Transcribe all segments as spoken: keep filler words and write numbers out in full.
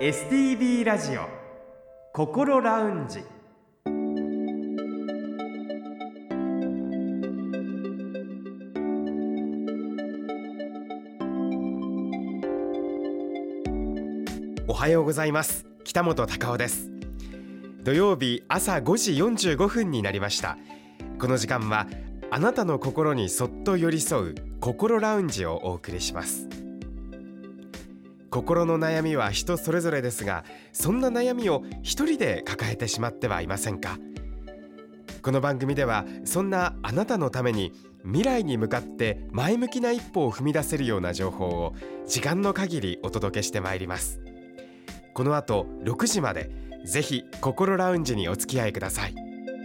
エスティービー ラジオ心ラウンジ。おはようございます。北本隆夫です。土曜日朝ごじよんじゅうごふんになりました。この時間はあなたの心にそっと寄り添う心ラウンジをお送りします。心の悩みは人それぞれですが、そんな悩みを一人で抱えてしまってはいませんか？この番組ではそんなあなたのために未来に向かって前向きな一歩を踏み出せるような情報を時間の限りお届けしてまいります。この後ろくじまでぜひ心ラウンジにお付き合いください。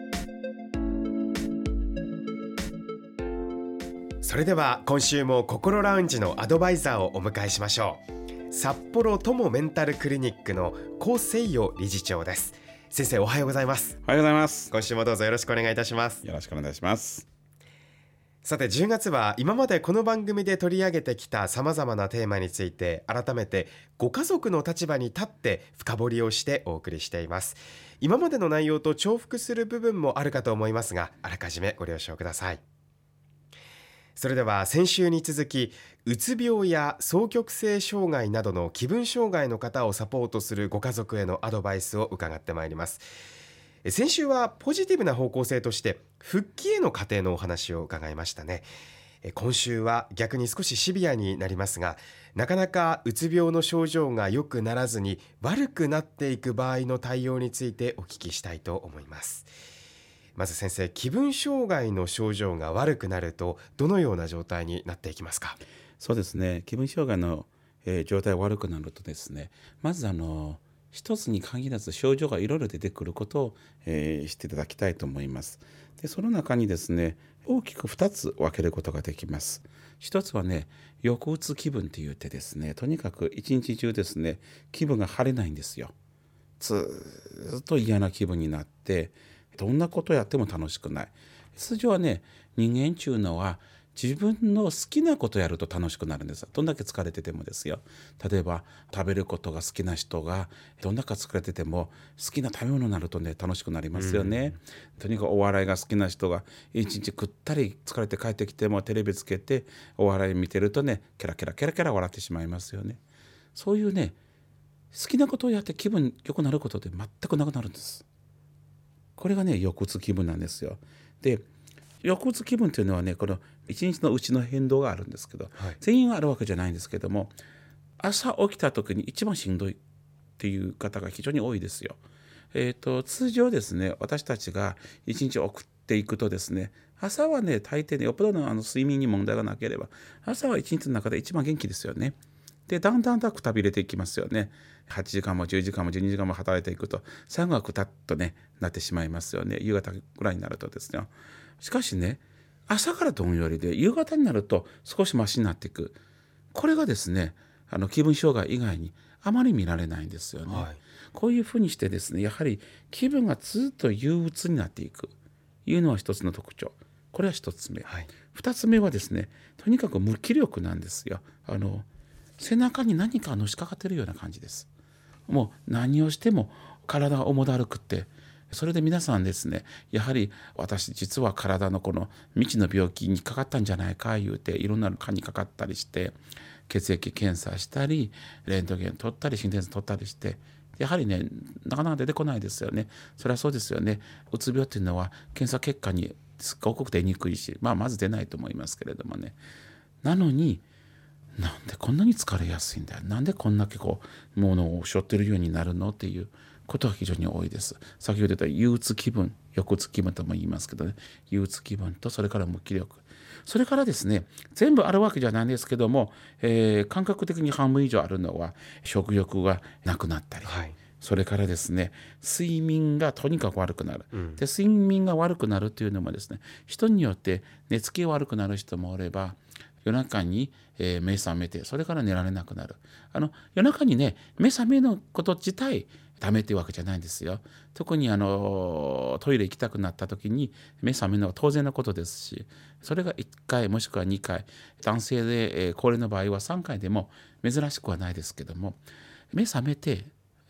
それでは今週も心ラウンジのアドバイザーをお迎えしましょう。札幌友メンタルクリニックの高誠代理事長です。先生、おはようございます。 おはようございます。 今週もどうぞよろしくお願いいたします。 よろしくお願いします。 さてじゅうがつは今までこの番組で取り上げてきたさまざまなテーマについて改めてご家族の立場に立って深掘りをしてお送りしています。今までの内容と重複する部分もあるかと思いますが、あらかじめご了承ください。それでは先週に続き、うつ病や双極性障害などの気分障害の方をサポートするご家族へのアドバイスを伺ってまいります。先週はポジティブな方向性として復帰への過程のお話を伺いましたね。今週は逆に少しシビアになりますが、なかなかうつ病の症状が良くならずに悪くなっていく場合の対応についてお聞きしたいと思います。まず先生、気分障害の症状が悪くなるとどのような状態になっていきますか？ そうですね、気分障害の、えー、状態が悪くなるとですね、まずあの一つに限らず症状がいろいろ出てくることを、えー、知っていただきたいと思います。でその中にですね、大きくふたつ分けることができます。一つはね、抑うつ気分といってですね、とにかく一日中ですね、気分が晴れないんですよ。ずっと嫌な気分になって、どんなことやっても楽しくない。通常はね、人間っていうのは自分の好きなことやると楽しくなるんです。どんだけ疲れててもですよ。例えば食べることが好きな人がどんだけ疲れてても好きな食べ物になるとね、楽しくなりますよね。とにかくお笑いが好きな人が一日食ったり疲れて帰ってきてもテレビつけてお笑い見てるとね、ケラケラケラケラ笑ってしまいますよね。そういうね、好きなことをやって気分良くなることって全くなくなるんです。これがね、抑うつ気分なんですよ。で、抑うつ気分というのはね、この一日のうちの変動があるんですけど、はい、全員あるわけじゃないんですけども、朝起きた時に一番しんどいっていう方が非常に多いですよ。えーと、通常ですね、私たちが一日送っていくとですね、朝はね、大抵ね、よっぽどのあの睡眠に問題がなければ、朝は一日の中で一番元気ですよね。で、だんだんだんくたびれていきますよね。はちじかんもじゅうじかんもじゅうにじかんも働いていくと、最後はくたっとね、なってしまいますよね。夕方ぐらいになるとですね。しかしね、朝からどんよりで、夕方になると少しマシになっていく。これがですね、あの気分障害以外にあまり見られないんですよね。はい、こういうふうにしてですね、やはり気分がずっと憂鬱になっていくというのは一つの特徴。これは一つ目。はい、二つ目はですね、とにかく無気力なんですよ。あの背中に何かのしかかってるような感じです。もう何をしても体が重だるくって、それで皆さんですね、やはり私実は体のこの未知の病気にかかったんじゃないか言うて、いろんな科にかかったりして、血液検査したりレントゲン取ったり心電図取ったりして、やはりね、なかなか出てこないですよね。それはそうですよね。うつ病っていうのは検査結果にすごく出にくいし、まあまず出ないと思いますけれどもね。なのになんでこんなに疲れやすいんだよ、なんでこんだけこう物を背負ってるようになるのっていうことが非常に多いです。先ほど言った憂鬱気分、抑うつ気分とも言いますけどね、憂鬱気分とそれから無気力、それからですね、全部あるわけじゃないんですけども、えー、感覚的に半分以上あるのは食欲がなくなったり、はい、それからですね、睡眠がとにかく悪くなる、うん、で睡眠が悪くなるというのもですね、人によって寝つきが悪くなる人もおれば、夜中に、えー、目覚めてそれから寝られなくなる。あの夜中にね、目覚めのこと自体ダメっていうわけじゃないんですよ。特にあのトイレ行きたくなった時に目覚めるのは当然のことですし、それがいっかいもしくはにかい、男性で、えー、高齢の場合はさんかいでも珍しくはないですけども、目覚めて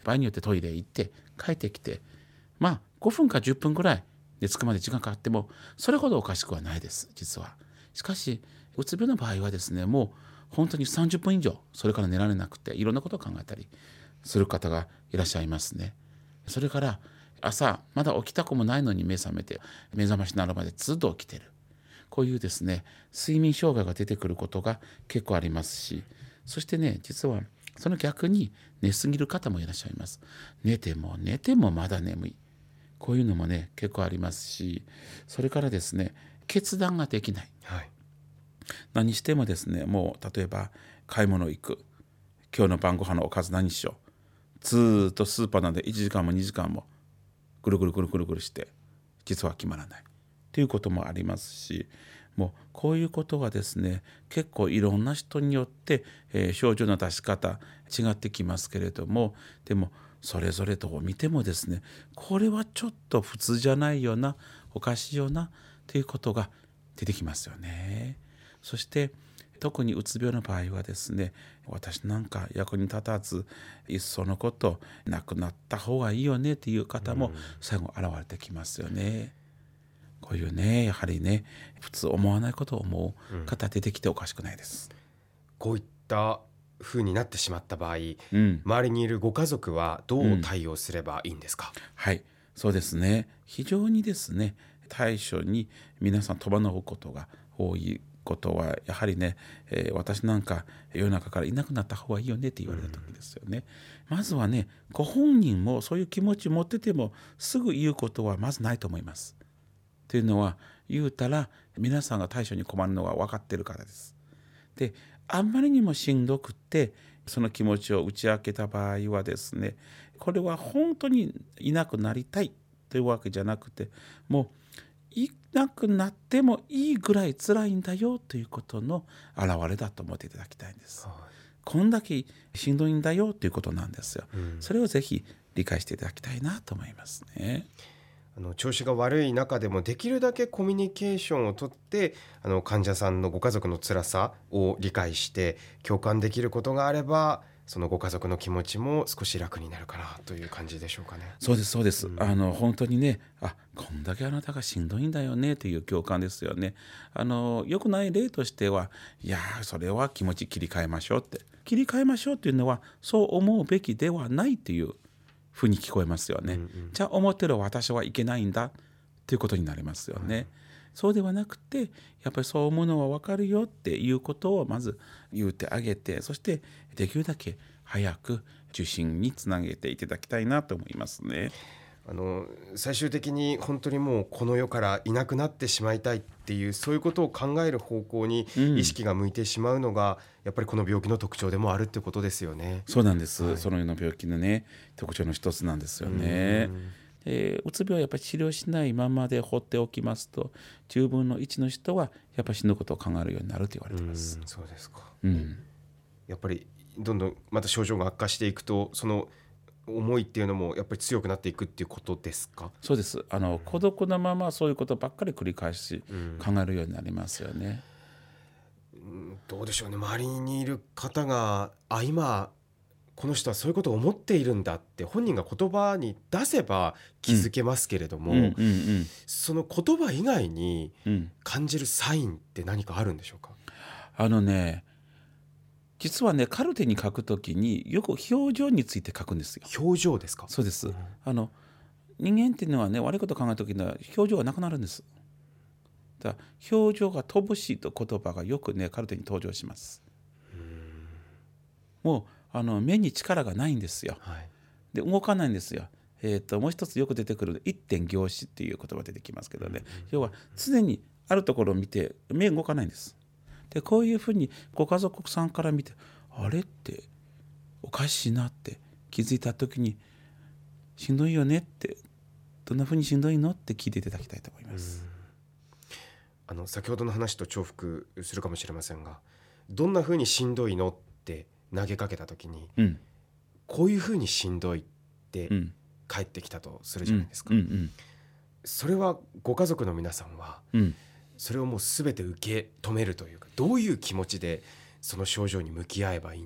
場合によってトイレ行って帰ってきて、まあごふんかじゅっぷんぐらい寝つくまで時間かかってもそれほどおかしくはないです実は。しかしうつ病の場合はですね、もう本当にさんじゅっぷん以上それから寝られなくていろんなことを考えたりする方がいらっしゃいますね。それから朝まだ起きたくもないのに目覚めて目覚ましになるまでずっと起きてる、こういうですね睡眠障害が出てくることが結構ありますし、そしてね実はその逆に寝すぎる方もいらっしゃいます。寝ても寝てもまだ眠い、こういうのもね結構ありますし、それからですね決断ができない、 はい、 何してもですね、もう例えば買い物行く、今日の晩ご飯のおかず何しよう、ずーっとスーパーなんでいちじかんもにじかんもぐるぐるぐるぐるぐるして実は決まらないということもありますし、もうこういうことはですね結構いろんな人によって、えー症状の出し方違ってきますけれども、でもそれぞれと見てもですねこれはちょっと普通じゃないよな、おかしいよなということが出てきますよね。そして特にうつ病の場合はですね、私なんか役に立たずいっそのこと亡くなった方がいいよねっていう方も最後現れてきますよね。こういうねやはりね普通思わないことを思う方出てきておかしくないです、 うん、こういった風になってしまった場合、 うん、 周りにいるご家族はどう対応すればいいんですか？ うん、はいそうですね、非常にですね対処に皆さん戸惑うことが多いことはやはりね、えー、私なんか世の中からいなくなった方がいいよねって言われた時ですよね、うん、まずはねご本人もそういう気持ち持っててもすぐ言うことはまずないと思います。というのは言うたら皆さんが対処に困るのが分かっているからです。であんまりにもしんどくってその気持ちを打ち明けた場合はですね、これは本当にいなくなりたいというわけじゃなくて、もういなくなってもいいぐらい辛いんだよということの表れだと思っていただきたいんです、はい、こんだけしんどいんだよということなんですよ、うん、それをぜひ理解していただきたいなと思いますね。 あの調子が悪い中でもできるだけコミュニケーションをとってあの患者さんのご家族の辛さを理解して共感できることがあればそのご家族の気持ちも少し楽になるかなという感じでしょうかね。 そうですそうです、 うん、 あの本当にねあこんだけあなたがしんどいんだよねという共感ですよね。あのよくない例としてはいやそれは気持ち切り替えましょうって切り替えましょうというのはそう思うべきではないというふうに聞こえますよね、うんうん、じゃあ思ってる私はいけないんだということになりますよね、うん、そうではなくてやっぱりそう思うのは分かるよっていうことをまず言ってあげて、そしてできるだけ早く受診につなげていただきたいなと思いますね。 あの最終的に本当にもうこの世からいなくなってしまいたいっていうそういうことを考える方向に意識が向いてしまうのが、うん、やっぱりこの病気の特徴でもあるってことですよね。 そうなんです、はい、そのような病気のね特徴の一つなんですよね。でうつ病はやっぱり治療しないままで放っておきますとじゅうぶんのいちの人はやっぱり死ぬことを考えるようになると言われています。 うん、そうですか、 うん、 やっぱりどんどんまた症状が悪化していくとその思いっていうのもやっぱり強くなっていくっていうことですか？ そうです。あの、うん、孤独なままそういうことばっかり繰り返し考えるようになりますよね、 うん、どうでしょうね、周りにいる方があ今この人はそういうことを思っているんだって本人が言葉に出せば気づけますけれども、うんうんうんうん、その言葉以外に感じるサインって何かあるんでしょうか？ あのね実はねカルテに書くときによく表情について書くんですよ。 表情ですか？ そうです、うん、あの人間っていうのはね悪いことを考えるときには表情がなくなるんです。だから表情が乏しいと言葉がよくねカルテに登場します。うーんもうあの目に力がないんですよ、はい、で動かないんですよ。えー、ともう一つよく出てくる一点凝視っていう言葉出てきますけどね、うんうん、要は常にあるところを見て目動かないんです。でこういうふうにご家族さんから見てあれっておかしいなって気づいた時にしんどいよねってどんなふうにしんどいのって聞いていただきたいと思います。 あの先ほどの話と重複するかもしれませんがどんなふうにしんどいのって投げかけた時に、うん、こういうふうにしんどいって返ってきたとするじゃないですか、うんうんうん、それはご家族の皆さんは、うんそれをもう全て受け止めるというかどういう気持ちでその症状に向き合えばいいんでしょうかね？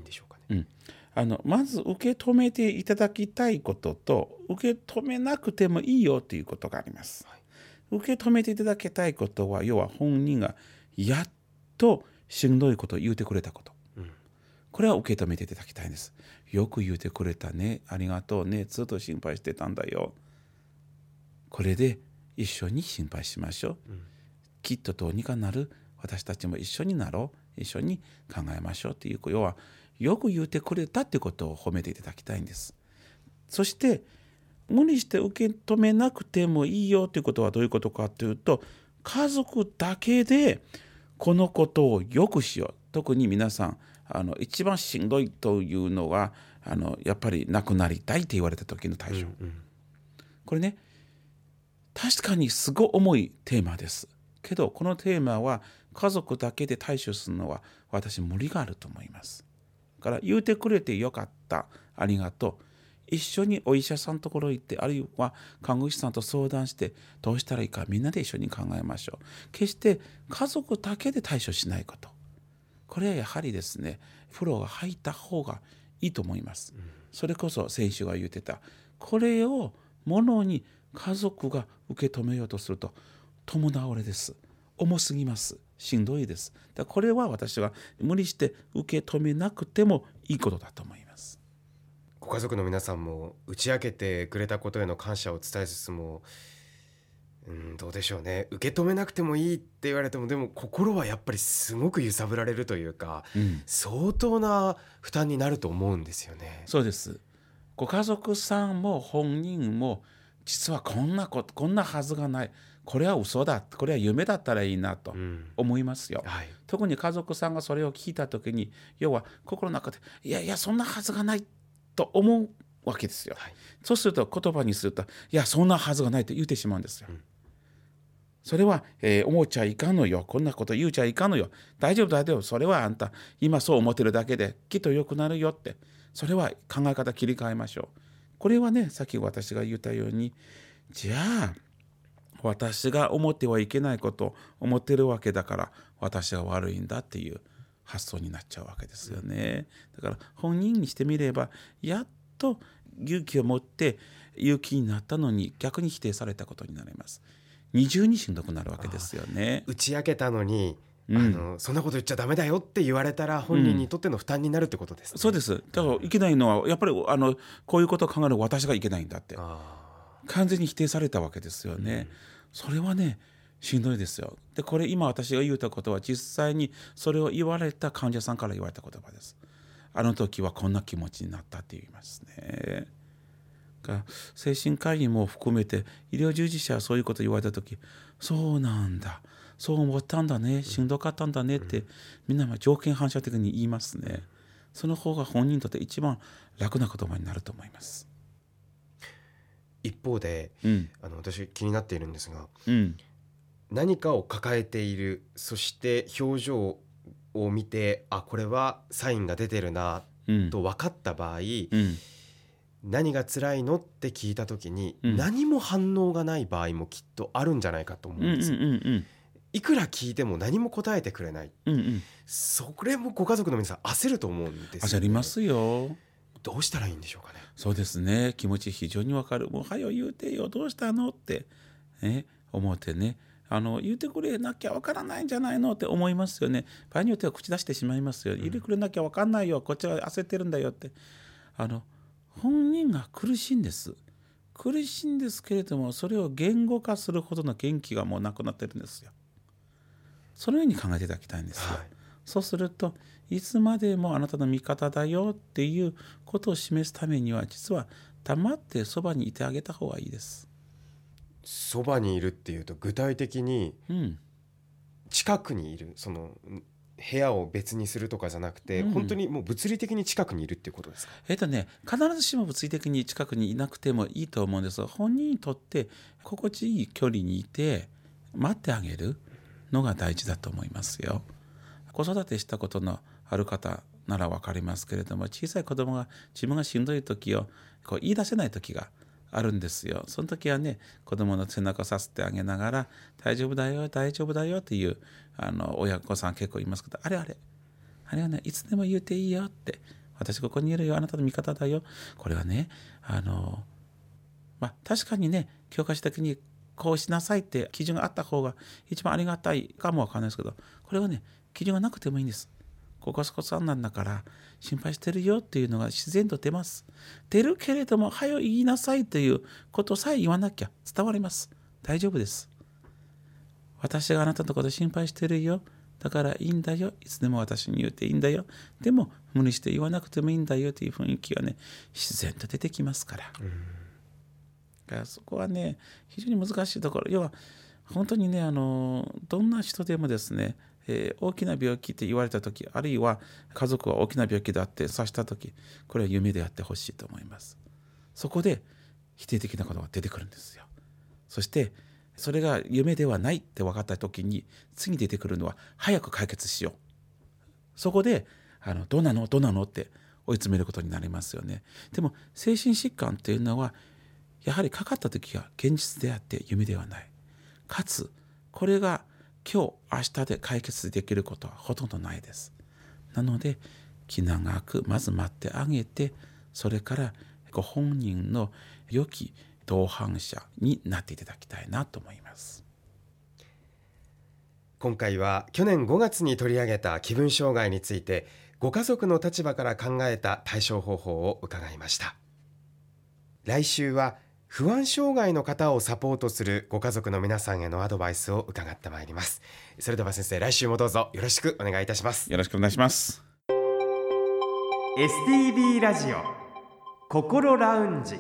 うん、あのまず受け止めていただきたいことと、受け止めなくてもいいよということがあります。はい、受け止めていただきたいことは、要は本人がやっとしんどいことを言うてくれたこと、うん、これは受け止めていただきたいんです。よく言うてくれたね、ありがとうね、ずっと心配してたんだよ。これで一緒に心配しましょう、うん、きっとどうにかなる、私たちも一緒になろう、一緒に考えましょうという、要はよく言うてくれたということを褒めていただきたいんです。そして無理して受け止めなくてもいいよということはどういうことかというと、家族だけでこのことをよくしよう。特に皆さんあの一番しんどいというのは、あのやっぱり亡くなりたいと言われた時の対処、うんうん、これね、確かにすごい重いテーマですけど、このテーマは家族だけで対処するのは私無理があると思います。だから言うてくれてよかった、ありがとう、一緒にお医者さんのところ行って、あるいは看護師さんと相談してどうしたらいいかみんなで一緒に考えましょう。決して家族だけで対処しないこと、これはやはりですね、プロが入った方がいいと思います、うん、それこそ先週が言ってた、これをものに家族が受け止めようとすると共倒れです。重すぎます。しんどいです。だからこれは私は無理して受け止めなくてもいいことだと思います。 ご家族の皆さんも打ち明けてくれたことへの感謝を伝えつつも、うん、どうでしょうね、受け止めなくてもいいって言われても、でも心はやっぱりすごく揺さぶられるというか、うん、相当な負担になると思うんですよね。 そうです。ご家族さんも本人も実はこんなことこんなはずがない、これは嘘だ、これは夢だったらいいなと思いますよ、うん、はい、特に家族さんがそれを聞いた時に、要は心の中でいやいやそんなはずがないと思うわけですよ、はい、そうすると言葉にすると、いやそんなはずがないと言ってしまうんですよ、うん、それは、えー、思っちゃいかんのよ、こんなこと言うちゃいかんのよ、大丈夫大丈夫、それはあんた今そう思ってるだけできっと良くなるよって、それは考え方切り替えましょう。これはね、さっき私が言ったように、じゃあ私が思ってはいけないことを思ってるわけだから私が悪いんだっていう発想になっちゃうわけですよね。だから本人にしてみれば、やっと勇気を持って勇気になったのに逆に否定されたことになります。二重にしんどくなるわけですよね。 打ち明けたのに、うん、あのそんなこと言っちゃダメだよって言われたら本人にとっての負担になるってことですね、 うん、そうです。だからいけないのはやっぱりあのこういうことを考える私がいけないんだって、完全に否定されたわけですよね、うん、それはねしんどいですよ。でこれ今私が言ったことは実際にそれを言われた患者さんから言われた言葉です。あの時はこんな気持ちになったって言いますね。精神科医も含めて医療従事者はそういうことを言われた時、そうなんだ、そう思ったんだね、しんどかったんだねってみんな条件反射的に言いますね。その方が本人にとって一番楽な言葉になると思います。 一方で、うん、あの私気になっているんですが、 うん、 何かを抱えている、そして表情を見て、あ、これはサインが出てるなと分かった場合、うん、何が辛いのって聞いた時に、うん、何も反応がない場合もきっとあるんじゃないかと思うんですよ、うんうんうんうん、いくら聞いても何も答えてくれない、うんうん、それもご家族の皆さん焦ると思うんですよね。 焦りますよ。 どうしたらいいんでしょうかね。 そうですね、気持ち非常にわかる。もうはよ言うてよ、どうしたのって、ね、思ってね、あの言うてくれなきゃわからないんじゃないのって思いますよね。場合によっては口出してしまいますよ、うん、言ってくれなきゃわかんないよ、こっちは焦ってるんだよって。あの本人が苦しいんです苦しいんですけれども、それを言語化するほどの元気がもうなくなってるんですよ。そのように考えていただきたいんですよ、はい、そうするといつまでもあなたの味方だよっていうことを示すためには、実は黙ってそばにいてあげた方がいいです。 そばにいるっていうと具体的に近くにいる、その部屋を別にするとかじゃなくて、うん、本当にもう物理的に近くにいるっていうことですか。 えっとね、必ずしも物理的に近くにいなくてもいいと思うんですが、本人にとって心地いい距離にいて待ってあげるのが大事だと思いますよ。子育てしたことのある方なら分かりますけれども、小さい子供が自分がしんどい時をこう言い出せない時があるんですよ。その時はね、子供の背中をさすってあげながら、大丈夫だよ大丈夫だよっていうあの親御さん結構いますけど、あれあれあれはね、いつでも言うていいよって、 私ここにいるよ、あなたの味方だよ。これはね、あのまあ確かにね、教科書的にこうしなさいって基準があった方が一番ありがたいかもわからないですけど、これはね、基準がなくてもいいんです。ここそこさんなんだから心配してるよっていうのが自然と出ます。出るけれども、はよ言いなさいということさえ言わなきゃ伝わります。大丈夫です。私があなたのこと心配してるよ。だからいいんだよ。いつでも私に言っていいんだよ。でも無理して言わなくてもいいんだよという雰囲気がね、自然と出てきますから。うん、だからそこはね、非常に難しいところ。要は本当にね、あのどんな人でもですね、えー、大きな病気って言われたとき、あるいは家族は大きな病気だって察したとき、これは夢であってほしいと思います。そこで否定的なことが出てくるんですよ。そしてそれが夢ではないって分かったときに、次出てくるのは早く解決しよう。そこであのどうなのどうなのって追い詰めることになりますよね。でも精神疾患っていうのはやはりかかったときは現実であって夢ではない。かつこれが今日明日で解決できることはほとんどないです。なので気長くまず待ってあげて、それからご本人の良き同伴者になっていただきたいなと思います。 今回は去年ごがつに取り上げた気分障害について、ご家族の立場から考えた対処方法を伺いました。来週は不安障害の方をサポートするご家族の皆さんへのアドバイスを伺ってまいります。それでは先生、来週もどうぞよろしくお願いいたします。 よろしくお願いします。 エスティービー ラジオ心ラウンジ。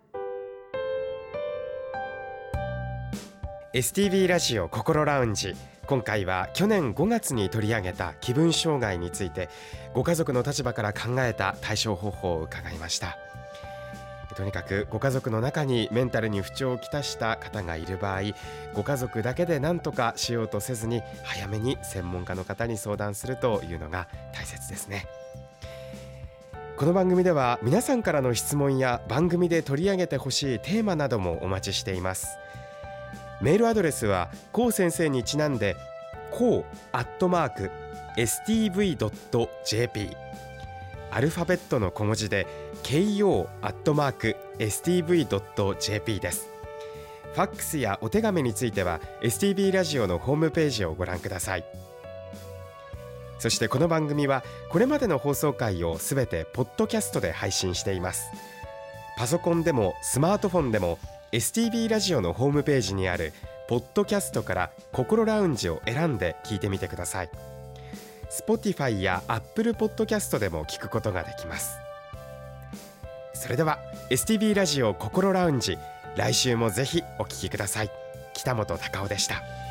エスティービー ラジオ心ラウンジ、今回は去年ごがつに取り上げた気分障害について、ご家族の立場から考えた対処方法を伺いました。とにかくご家族の中にメンタルに不調をきたした方がいる場合、ご家族だけで何とかしようとせずに、早めに専門家の方に相談するというのが大切ですね。この番組では皆さんからの質問や番組で取り上げてほしいテーマなどもお待ちしています。メールアドレスはコウ先生にちなんで コウ アットマーク エスティーブイ ドット ジェーピー、 アルファベットの小文字で ケーオー アットマーク エスティーブイ ドット ジェーピー です。ファックスやお手紙については エスティービー ラジオのホームページをご覧ください。そしてこの番組はこれまでの放送回をすべてポッドキャストで配信しています。パソコンでもスマートフォンでも エスティービー ラジオのホームページにあるポッドキャストから心ラウンジを選んで聞いてみてください。 Spotify や Apple ポッドキャストでも聞くことができます。それでは エスティービー ラジオ心ラウンジ、来週もぜひお聞きください。北本隆夫でした。